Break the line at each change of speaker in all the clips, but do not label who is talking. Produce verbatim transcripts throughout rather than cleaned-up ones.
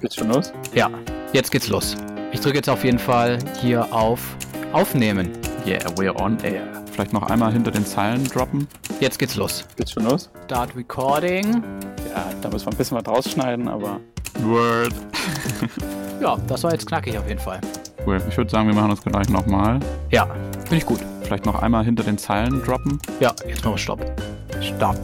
Geht's schon los?
Ja, jetzt geht's los. Ich drücke jetzt auf jeden Fall hier auf Aufnehmen.
Yeah, we're on air. Vielleicht noch einmal hinter den Zeilen droppen.
Jetzt geht's los.
Geht's schon los?
Start Recording.
Ja, da müssen wir ein bisschen was rausschneiden, aber...
Word. Ja, das war jetzt knackig auf jeden Fall.
Cool. Ich würde sagen, wir machen das gleich nochmal.
Ja, finde ich gut.
Vielleicht noch einmal hinter den Zeilen droppen.
Ja, jetzt machen wir Stopp. Stopp.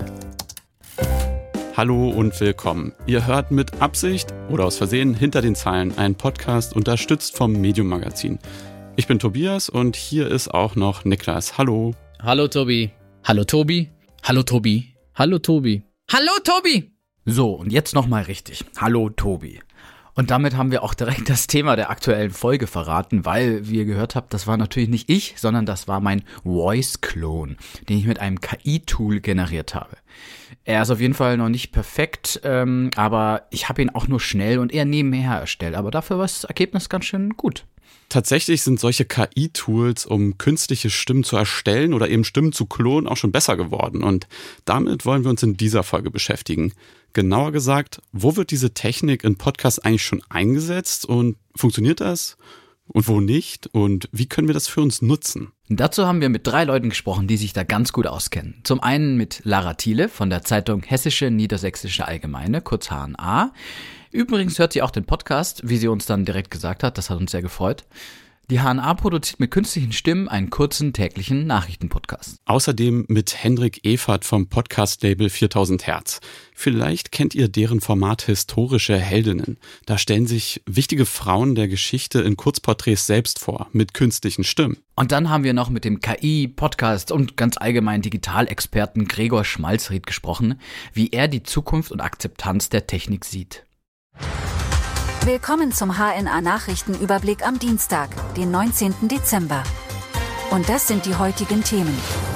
Hallo und willkommen. Ihr hört mit Absicht oder aus Versehen hinter den Zeilen einen Podcast unterstützt vom Medium Magazin. Ich bin Tobias und hier ist auch noch Niklas. Hallo.
Hallo Tobi. Hallo Tobi. Hallo Tobi. Hallo Tobi. Hallo Tobi.
So, und jetzt nochmal richtig. Hallo Tobi. Und damit haben wir auch direkt das Thema der aktuellen Folge verraten, weil, wie ihr gehört habt, das war natürlich nicht ich, sondern das war mein Voice-Clone, den ich mit einem K I-Tool generiert habe. Er ist auf jeden Fall noch nicht perfekt, ähm, aber ich habe ihn auch nur schnell und eher nebenher erstellt. Aber dafür war das Ergebnis ganz schön gut.
Tatsächlich sind solche K I-Tools, um künstliche Stimmen zu erstellen oder eben Stimmen zu klonen, auch schon besser geworden. Und damit wollen wir uns in dieser Folge beschäftigen. Genauer gesagt, wo wird diese Technik in Podcasts eigentlich schon eingesetzt und funktioniert das? Und wo nicht? Und wie können wir das für uns nutzen?
Dazu haben wir mit drei Leuten gesprochen, die sich da ganz gut auskennen. Zum einen mit Lara Thiele von der Zeitung Hessische Niedersächsische Allgemeine, kurz H N A. Übrigens hört sie auch den Podcast, wie sie uns dann direkt gesagt hat. Das hat uns sehr gefreut. Die H N A produziert mit künstlichen Stimmen einen kurzen täglichen Nachrichtenpodcast.
Außerdem mit Hendrik Evert vom Podcast-Label viertausend Hertz. Vielleicht kennt ihr deren Format Historische Heldinnen. Da stellen sich wichtige Frauen der Geschichte in Kurzporträts selbst vor, mit künstlichen Stimmen.
Und dann haben wir noch mit dem K I-Podcast und ganz allgemein Digitalexperten Gregor Schmalzried gesprochen, wie er die Zukunft und Akzeptanz der Technik sieht.
Willkommen zum H N A-Nachrichtenüberblick am Dienstag, den neunzehnten Dezember. Und das sind die heutigen Themen.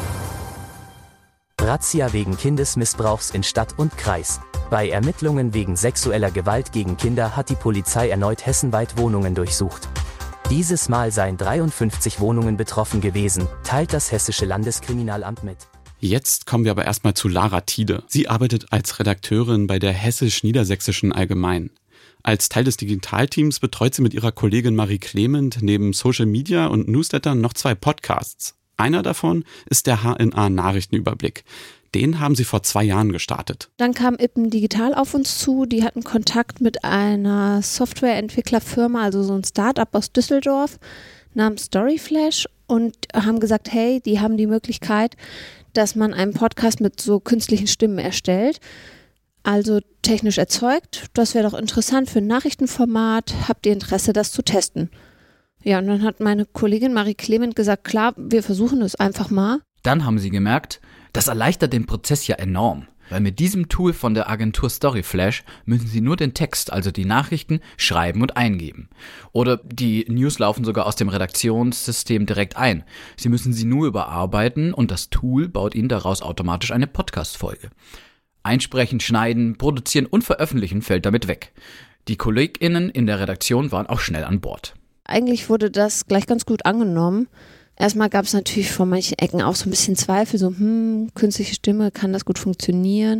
Razzia wegen Kindesmissbrauchs in Stadt und Kreis. Bei Ermittlungen wegen sexueller Gewalt gegen Kinder hat die Polizei erneut hessenweit Wohnungen durchsucht. Dieses Mal seien dreiundfünfzig Wohnungen betroffen gewesen, teilt das Hessische Landeskriminalamt mit.
Jetzt kommen wir aber erstmal zu Lara Thiele. Sie arbeitet als Redakteurin bei der Hessisch-Niedersächsischen Allgemeinen. Als Teil des Digitalteams betreut sie mit ihrer Kollegin Marie Clement neben Social Media und Newslettern noch zwei Podcasts. Einer davon ist der H N A-Nachrichtenüberblick. Den haben sie vor zwei Jahren gestartet.
Dann kam Ippen Digital auf uns zu. Die hatten Kontakt mit einer Softwareentwicklerfirma, also so ein Start-up aus Düsseldorf namens Storyflash und haben gesagt, hey, die haben die Möglichkeit, dass man einen Podcast mit so künstlichen Stimmen erstellt. Also technisch erzeugt, das wäre doch interessant für ein Nachrichtenformat. Habt ihr Interesse, das zu testen? Ja, und dann hat meine Kollegin Marie Clement gesagt, klar, wir versuchen es einfach mal.
Dann haben sie gemerkt, das erleichtert den Prozess ja enorm. Weil mit diesem Tool von der Agentur Storyflash müssen Sie nur den Text, also die Nachrichten, schreiben und eingeben. Oder die News laufen sogar aus dem Redaktionssystem direkt ein. Sie müssen sie nur überarbeiten und das Tool baut Ihnen daraus automatisch eine Podcast-Folge. Einsprechen, schneiden, produzieren und veröffentlichen fällt damit weg. Die KollegInnen in der Redaktion waren auch schnell an Bord.
Eigentlich wurde das gleich ganz gut angenommen. Erstmal gab es natürlich von manchen Ecken auch so ein bisschen Zweifel, so hm, künstliche Stimme, kann das gut funktionieren?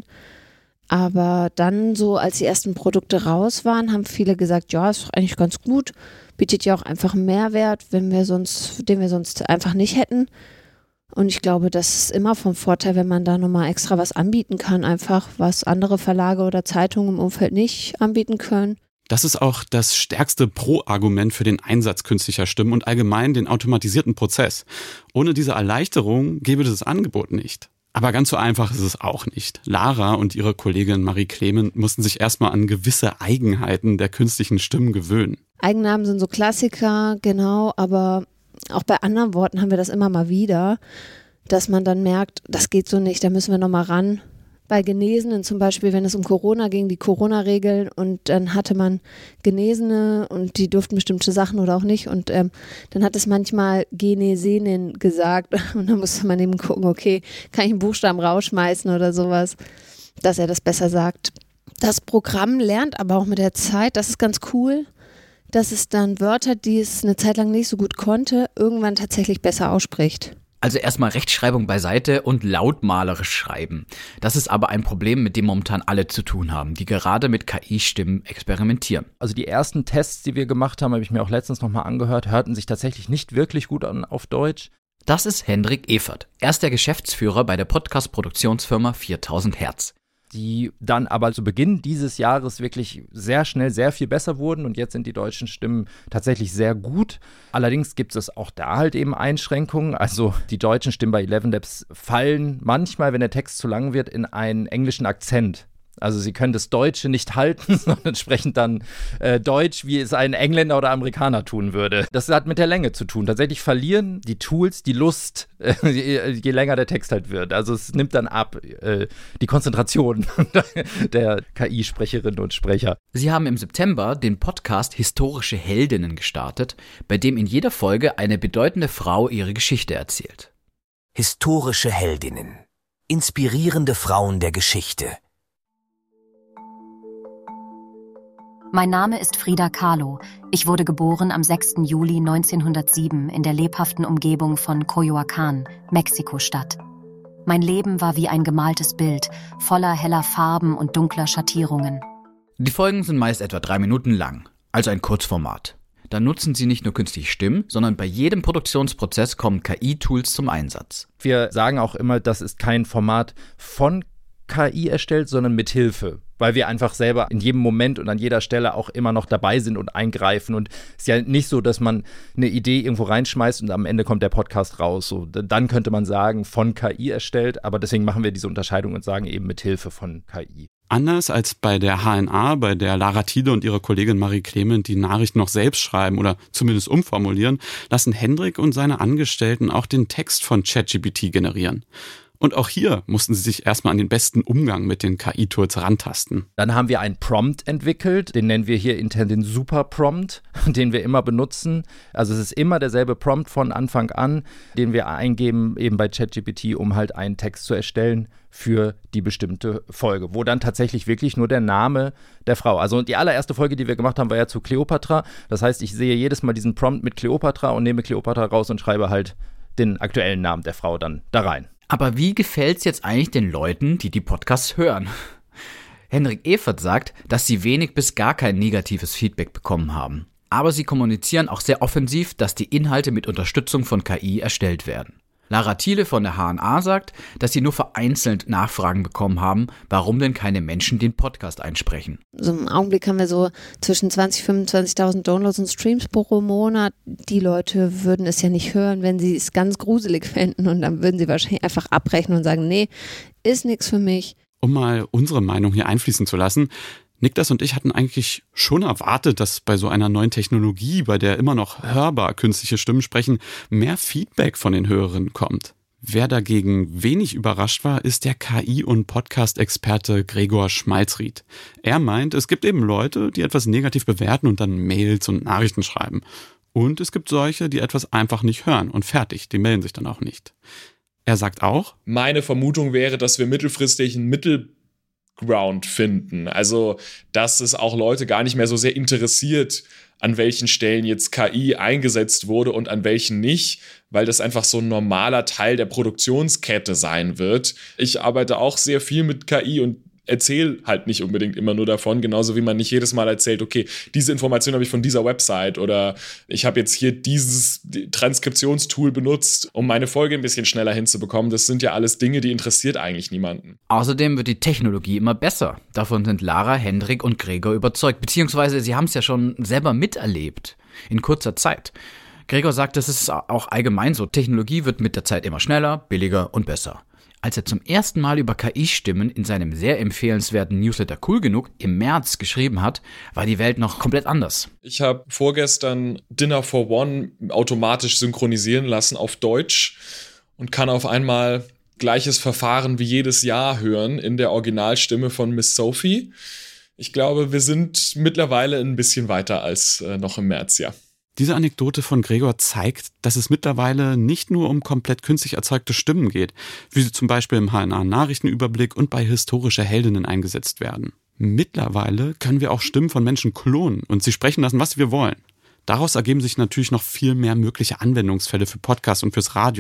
Aber dann so, als die ersten Produkte raus waren, haben viele gesagt, ja, ist doch eigentlich ganz gut, bietet ja auch einfach einen Mehrwert, wenn wir sonst, den wir sonst einfach nicht hätten. Und ich glaube, das ist immer vom Vorteil, wenn man da nochmal extra was anbieten kann, einfach was andere Verlage oder Zeitungen im Umfeld nicht anbieten können.
Das ist auch das stärkste Pro-Argument für den Einsatz künstlicher Stimmen und allgemein den automatisierten Prozess. Ohne diese Erleichterung gäbe es das Angebot nicht. Aber ganz so einfach ist es auch nicht. Lara und ihre Kollegin Marie Clement mussten sich erstmal an gewisse Eigenheiten der künstlichen Stimmen gewöhnen.
Eigennamen sind so Klassiker, genau, aber auch bei anderen Worten haben wir das immer mal wieder, dass man dann merkt, das geht so nicht, da müssen wir nochmal ran. Bei Genesenen zum Beispiel, wenn es um Corona ging, die Corona-Regeln und dann hatte man Genesene und die durften bestimmte Sachen oder auch nicht und ähm, dann hat es manchmal Genesenen gesagt und dann musste man eben gucken, okay, kann ich einen Buchstaben rausschmeißen oder sowas, dass er das besser sagt. Das Programm lernt aber auch mit der Zeit, das ist ganz cool, dass es dann Wörter, die es eine Zeit lang nicht so gut konnte, irgendwann tatsächlich besser ausspricht.
Also erstmal Rechtschreibung beiseite und lautmalerisch schreiben. Das ist aber ein Problem, mit dem momentan alle zu tun haben, die gerade mit K I-Stimmen experimentieren.
Also die ersten Tests, die wir gemacht haben, habe ich mir auch letztens nochmal angehört, hörten sich tatsächlich nicht wirklich gut an auf Deutsch.
Das ist Hendrik Evert. Er ist der Geschäftsführer bei der Podcast-Produktionsfirma viertausend Hertz.
Die dann aber zu Beginn dieses Jahres wirklich sehr schnell sehr viel besser wurden und jetzt sind die deutschen Stimmen tatsächlich sehr gut. Allerdings gibt es auch da halt eben Einschränkungen. Also die deutschen Stimmen bei ElevenLabs fallen manchmal, wenn der Text zu lang wird, in einen englischen Akzent. Also sie können das Deutsche nicht halten, sondern sprechen dann äh, Deutsch, wie es ein Engländer oder Amerikaner tun würde. Das hat mit der Länge zu tun. Tatsächlich verlieren die Tools die Lust, äh, je, je länger der Text halt wird. Also es nimmt dann ab, äh, die Konzentration der K I-Sprecherinnen und Sprecher.
Sie haben im September den Podcast Historische Heldinnen gestartet, bei dem in jeder Folge eine bedeutende Frau ihre Geschichte erzählt.
Historische Heldinnen. Inspirierende Frauen der Geschichte.
Mein Name ist Frida Kahlo. Ich wurde geboren am sechsten Juli neunzehnhundertsieben in der lebhaften Umgebung von Coyoacán, Mexiko-Stadt. Mein Leben war wie ein gemaltes Bild, voller heller Farben und dunkler Schattierungen.
Die Folgen sind meist etwa drei Minuten lang, also ein Kurzformat. Da nutzen sie nicht nur künstliche Stimmen, sondern bei jedem Produktionsprozess kommen K I-Tools zum Einsatz.
Wir sagen auch immer, das ist kein Format von K I erstellt, sondern mit Hilfe, weil wir einfach selber in jedem Moment und an jeder Stelle auch immer noch dabei sind und eingreifen. Und es ist ja nicht so, dass man eine Idee irgendwo reinschmeißt und am Ende kommt der Podcast raus. So, dann könnte man sagen, von K I erstellt, aber deswegen machen wir diese Unterscheidung und sagen eben mit Hilfe von K I.
Anders als bei der H N A, bei der Lara Thiele und ihre Kollegin Marie Clement die Nachrichten noch selbst schreiben oder zumindest umformulieren, lassen Hendrik und seine Angestellten auch den Text von ChatGPT generieren. Und auch hier mussten sie sich erstmal an den besten Umgang mit den K I-Tools rantasten.
Dann haben wir einen Prompt entwickelt, den nennen wir hier intern den Super Prompt, den wir immer benutzen. Also es ist immer derselbe Prompt von Anfang an, den wir eingeben eben bei ChatGPT, um halt einen Text zu erstellen für die bestimmte Folge, wo dann tatsächlich wirklich nur der Name der Frau, also die allererste Folge, die wir gemacht haben, war ja zu Kleopatra. Das heißt, ich sehe jedes Mal diesen Prompt mit Kleopatra und nehme Kleopatra raus und schreibe halt den aktuellen Namen der Frau dann da rein.
Aber wie gefällt's jetzt eigentlich den Leuten, die die Podcasts hören? Hendrik Evert sagt, dass sie wenig bis gar kein negatives Feedback bekommen haben. Aber sie kommunizieren auch sehr offensiv, dass die Inhalte mit Unterstützung von K I erstellt werden. Lara Thiele von der H N A sagt, dass sie nur vereinzelt Nachfragen bekommen haben, warum denn keine Menschen den Podcast einsprechen.
So im Augenblick haben wir so zwischen zwanzigtausend, fünfundzwanzigtausend Downloads und Streams pro Monat. Die Leute würden es ja nicht hören, wenn sie es ganz gruselig fänden und dann würden sie wahrscheinlich einfach abbrechen und sagen, nee, ist nichts für mich.
Um mal unsere Meinung hier einfließen zu lassen, Niklas und ich hatten eigentlich schon erwartet, dass bei so einer neuen Technologie, bei der immer noch hörbar künstliche Stimmen sprechen, mehr Feedback von den Hörerinnen kommt. Wer dagegen wenig überrascht war, ist der K I- und Podcast-Experte Gregor Schmalzried. Er meint, es gibt eben Leute, die etwas negativ bewerten und dann Mails und Nachrichten schreiben. Und es gibt solche, die etwas einfach nicht hören und fertig, die melden sich dann auch nicht. Er sagt auch,
meine Vermutung wäre, dass wir mittelfristig einen Mittel Ground finden. Also, dass es auch Leute gar nicht mehr so sehr interessiert, an welchen Stellen jetzt K I eingesetzt wurde und an welchen nicht, weil das einfach so ein normaler Teil der Produktionskette sein wird. Ich arbeite auch sehr viel mit K I und erzähle halt nicht unbedingt immer nur davon, genauso wie man nicht jedes Mal erzählt, okay, diese Information habe ich von dieser Website oder ich habe jetzt hier dieses Transkriptionstool benutzt, um meine Folge ein bisschen schneller hinzubekommen. Das sind ja alles Dinge, die interessiert eigentlich niemanden.
Außerdem wird die Technologie immer besser. Davon sind Lara, Hendrik und Gregor überzeugt, beziehungsweise sie haben es ja schon selber miterlebt, in kurzer Zeit. Gregor sagt, das ist auch allgemein so. Technologie wird mit der Zeit immer schneller, billiger und besser. Als er zum ersten Mal über K I-Stimmen in seinem sehr empfehlenswerten Newsletter Cool Genug im März geschrieben hat, war die Welt noch komplett anders.
Ich habe vorgestern Dinner for One automatisch synchronisieren lassen auf Deutsch und kann auf einmal gleiches Verfahren wie jedes Jahr hören in der Originalstimme von Miss Sophie. Ich glaube, wir sind mittlerweile ein bisschen weiter als äh, noch im März, ja.
Diese Anekdote von Gregor zeigt, dass es mittlerweile nicht nur um komplett künstlich erzeugte Stimmen geht, wie sie zum Beispiel im H N A-Nachrichtenüberblick und bei historische Heldinnen eingesetzt werden. Mittlerweile können wir auch Stimmen von Menschen klonen und sie sprechen lassen, was wir wollen. Daraus ergeben sich natürlich noch viel mehr mögliche Anwendungsfälle für Podcasts und fürs Radio.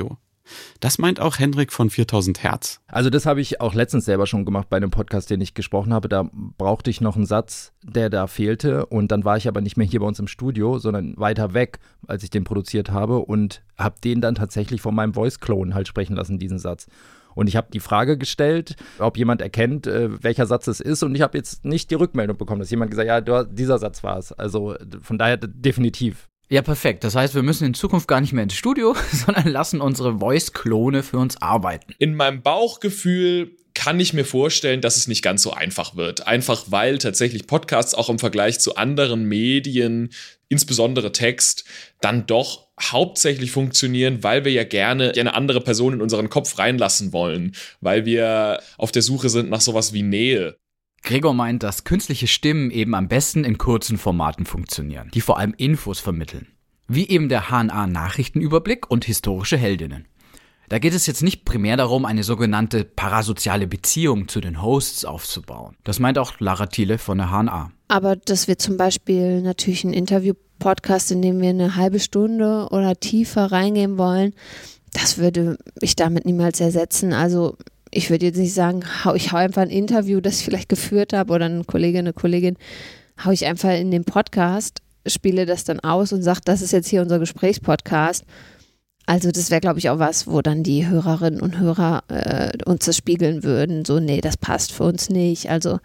Das meint auch Hendrik von viertausend Hertz.
Also das habe ich auch letztens selber schon gemacht bei einem Podcast, den ich gesprochen habe. Da brauchte ich noch einen Satz, der da fehlte. Und dann war ich aber nicht mehr hier bei uns im Studio, sondern weiter weg, als ich den produziert habe. Und habe den dann tatsächlich von meinem Voice-Clone halt sprechen lassen, diesen Satz. Und ich habe die Frage gestellt, ob jemand erkennt, äh, welcher Satz es ist. Und ich habe jetzt nicht die Rückmeldung bekommen, dass jemand gesagt hat, ja, dieser Satz war es. Also von daher definitiv.
Ja, perfekt. Das heißt, wir müssen in Zukunft gar nicht mehr ins Studio, sondern lassen unsere Voice-Klone für uns arbeiten.
In meinem Bauchgefühl kann ich mir vorstellen, dass es nicht ganz so einfach wird. Einfach weil tatsächlich Podcasts auch im Vergleich zu anderen Medien, insbesondere Text, dann doch hauptsächlich funktionieren, weil wir ja gerne eine andere Person in unseren Kopf reinlassen wollen, weil wir auf der Suche sind nach sowas wie Nähe.
Gregor meint, dass künstliche Stimmen eben am besten in kurzen Formaten funktionieren, die vor allem Infos vermitteln. Wie eben der H N A-Nachrichtenüberblick und historische Heldinnen. Da geht es jetzt nicht primär darum, eine sogenannte parasoziale Beziehung zu den Hosts aufzubauen. Das meint auch Lara Thiele von der H N A.
Aber dass wir zum Beispiel natürlich ein Interview-Podcast, in dem wir eine halbe Stunde oder tiefer reingehen wollen, das würde ich damit niemals ersetzen. Also ich würde jetzt nicht sagen, ich hau einfach ein Interview, das ich vielleicht geführt habe oder eine Kollegin, eine Kollegin, hau ich einfach in den Podcast, spiele das dann aus und sage, das ist jetzt hier unser Gesprächspodcast. Also das wäre, glaube ich, auch was, wo dann die Hörerinnen und Hörer äh, uns das spiegeln würden. So, nee, das passt für uns nicht. Also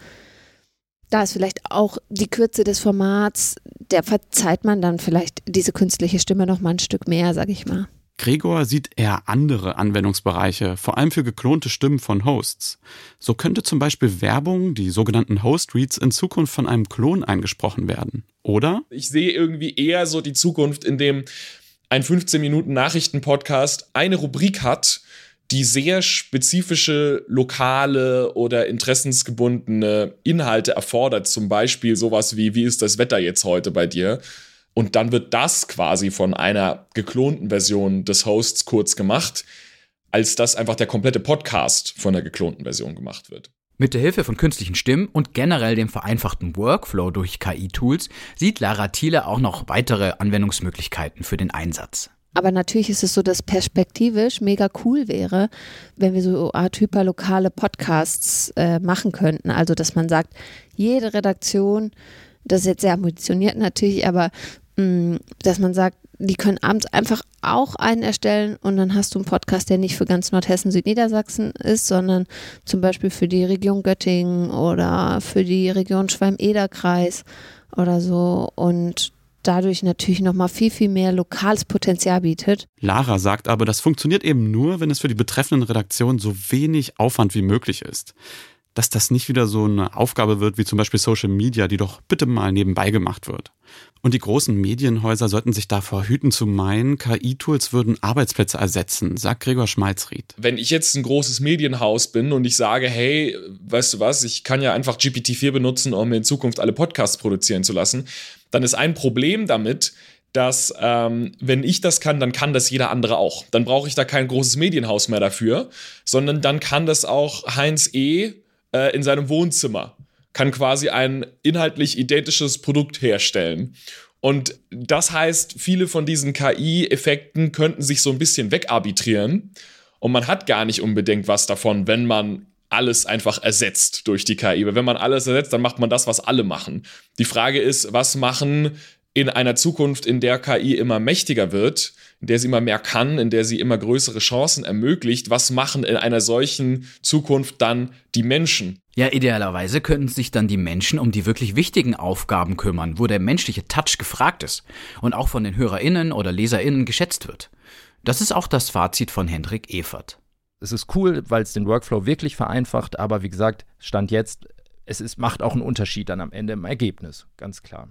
da ist vielleicht auch die Kürze des Formats, der verzeiht man dann vielleicht diese künstliche Stimme noch mal ein Stück mehr, sag ich mal.
Gregor sieht eher andere Anwendungsbereiche, vor allem für geklonte Stimmen von Hosts. So könnte zum Beispiel Werbung, die sogenannten Host-Reads, in Zukunft von einem Klon eingesprochen werden, oder?
Ich sehe irgendwie eher so die Zukunft, in dem ein fünfzehn Minuten Nachrichten-Podcast eine Rubrik hat, die sehr spezifische, lokale oder interessensgebundene Inhalte erfordert. Zum Beispiel sowas wie, wie ist das Wetter jetzt heute bei dir? Und dann wird das quasi von einer geklonten Version des Hosts kurz gemacht, als dass einfach der komplette Podcast von der geklonten Version gemacht wird.
Mit der Hilfe von künstlichen Stimmen und generell dem vereinfachten Workflow durch K I-Tools sieht Lara Thiele auch noch weitere Anwendungsmöglichkeiten für den Einsatz.
Aber natürlich ist es so, dass perspektivisch mega cool wäre, wenn wir so Art hyperlokale Podcasts äh, machen könnten. Also dass man sagt, jede Redaktion, das ist jetzt sehr ambitioniert natürlich, aber mh, dass man sagt, die können abends einfach auch einen erstellen und dann hast du einen Podcast, der nicht für ganz Nordhessen, Südniedersachsen ist, sondern zum Beispiel für die Region Göttingen oder für die Region Schwalm-Eder-Kreis oder so und dadurch natürlich nochmal viel, viel mehr lokales Potenzial bietet.
Lara sagt aber, das funktioniert eben nur, wenn es für die betreffenden Redaktionen so wenig Aufwand wie möglich ist. Dass das nicht wieder so eine Aufgabe wird wie zum Beispiel Social Media, die doch bitte mal nebenbei gemacht wird. Und die großen Medienhäuser sollten sich davor hüten zu meinen, K I-Tools würden Arbeitsplätze ersetzen, sagt Gregor Schmalzried.
Wenn ich jetzt ein großes Medienhaus bin und ich sage, hey, weißt du was, ich kann ja einfach G P T vier benutzen, um in Zukunft alle Podcasts produzieren zu lassen, dann ist ein Problem damit, dass ähm, wenn ich das kann, dann kann das jeder andere auch. Dann brauche ich da kein großes Medienhaus mehr dafür, sondern dann kann das auch Heinz E. äh, in seinem Wohnzimmer, kann quasi ein inhaltlich identisches Produkt herstellen. Und das heißt, viele von diesen K I-Effekten könnten sich so ein bisschen wegarbitrieren und man hat gar nicht unbedingt was davon, wenn man alles einfach ersetzt durch die K I. Weil wenn man alles ersetzt, dann macht man das, was alle machen. Die Frage ist, was machen in einer Zukunft, in der K I immer mächtiger wird, in der sie immer mehr kann, in der sie immer größere Chancen ermöglicht, was machen in einer solchen Zukunft dann die Menschen?
Ja, idealerweise könnten sich dann die Menschen um die wirklich wichtigen Aufgaben kümmern, wo der menschliche Touch gefragt ist und auch von den HörerInnen oder LeserInnen geschätzt wird. Das ist auch das Fazit von Hendrik Evert.
Es ist cool, weil es den Workflow wirklich vereinfacht, aber wie gesagt, Stand jetzt, es ist, macht auch einen Unterschied dann am Ende im Ergebnis, ganz klar.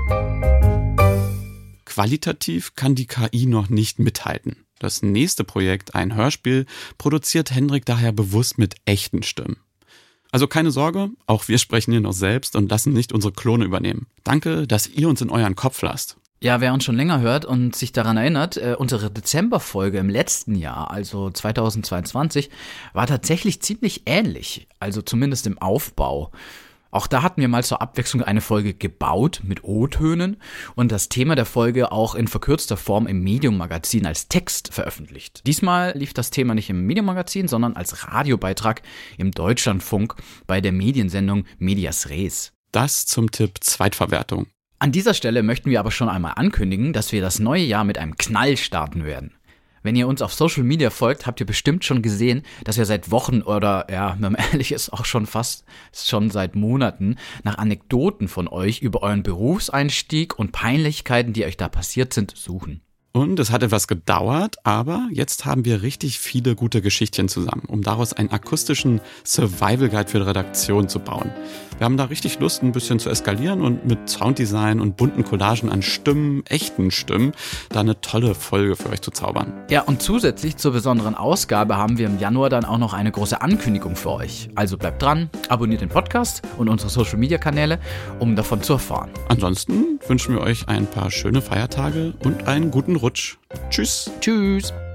Qualitativ kann die K I noch nicht mithalten. Das nächste Projekt, ein Hörspiel, produziert Hendrik daher bewusst mit echten Stimmen. Also keine Sorge, auch wir sprechen hier noch selbst und lassen nicht unsere Klone übernehmen. Danke, dass ihr uns in euren Kopf lasst.
Ja, wer uns schon länger hört und sich daran erinnert, äh, unsere Dezemberfolge im letzten Jahr, also zweitausendzweiundzwanzig, war tatsächlich ziemlich ähnlich, also zumindest im Aufbau. Auch da hatten wir mal zur Abwechslung eine Folge gebaut mit O-Tönen und das Thema der Folge auch in verkürzter Form im Medium-Magazin als Text veröffentlicht. Diesmal lief das Thema nicht im Medium-Magazin, sondern als Radiobeitrag im Deutschlandfunk bei der Mediensendung Medias Res.
Das zum Tipp Zweitverwertung.
An dieser Stelle möchten wir aber schon einmal ankündigen, dass wir das neue Jahr mit einem Knall starten werden. Wenn ihr uns auf Social Media folgt, habt ihr bestimmt schon gesehen, dass wir seit Wochen oder, ja, wenn man ehrlich ist, auch schon fast schon seit Monaten nach Anekdoten von euch über euren Berufseinstieg und Peinlichkeiten, die euch da passiert sind, suchen.
Und es hat etwas gedauert, aber jetzt haben wir richtig viele gute Geschichtchen zusammen, um daraus einen akustischen Survival Guide für die Redaktion zu bauen. Wir haben da richtig Lust, ein bisschen zu eskalieren und mit Sounddesign und bunten Collagen an Stimmen, echten Stimmen, da eine tolle Folge für euch zu zaubern.
Ja, und zusätzlich zur besonderen Ausgabe haben wir im Januar dann auch noch eine große Ankündigung für euch. Also bleibt dran, abonniert den Podcast und unsere Social-Media-Kanäle, um davon zu erfahren.
Ansonsten wünschen wir euch ein paar schöne Feiertage und einen guten Rutsch. Tschüss.
Tschüss.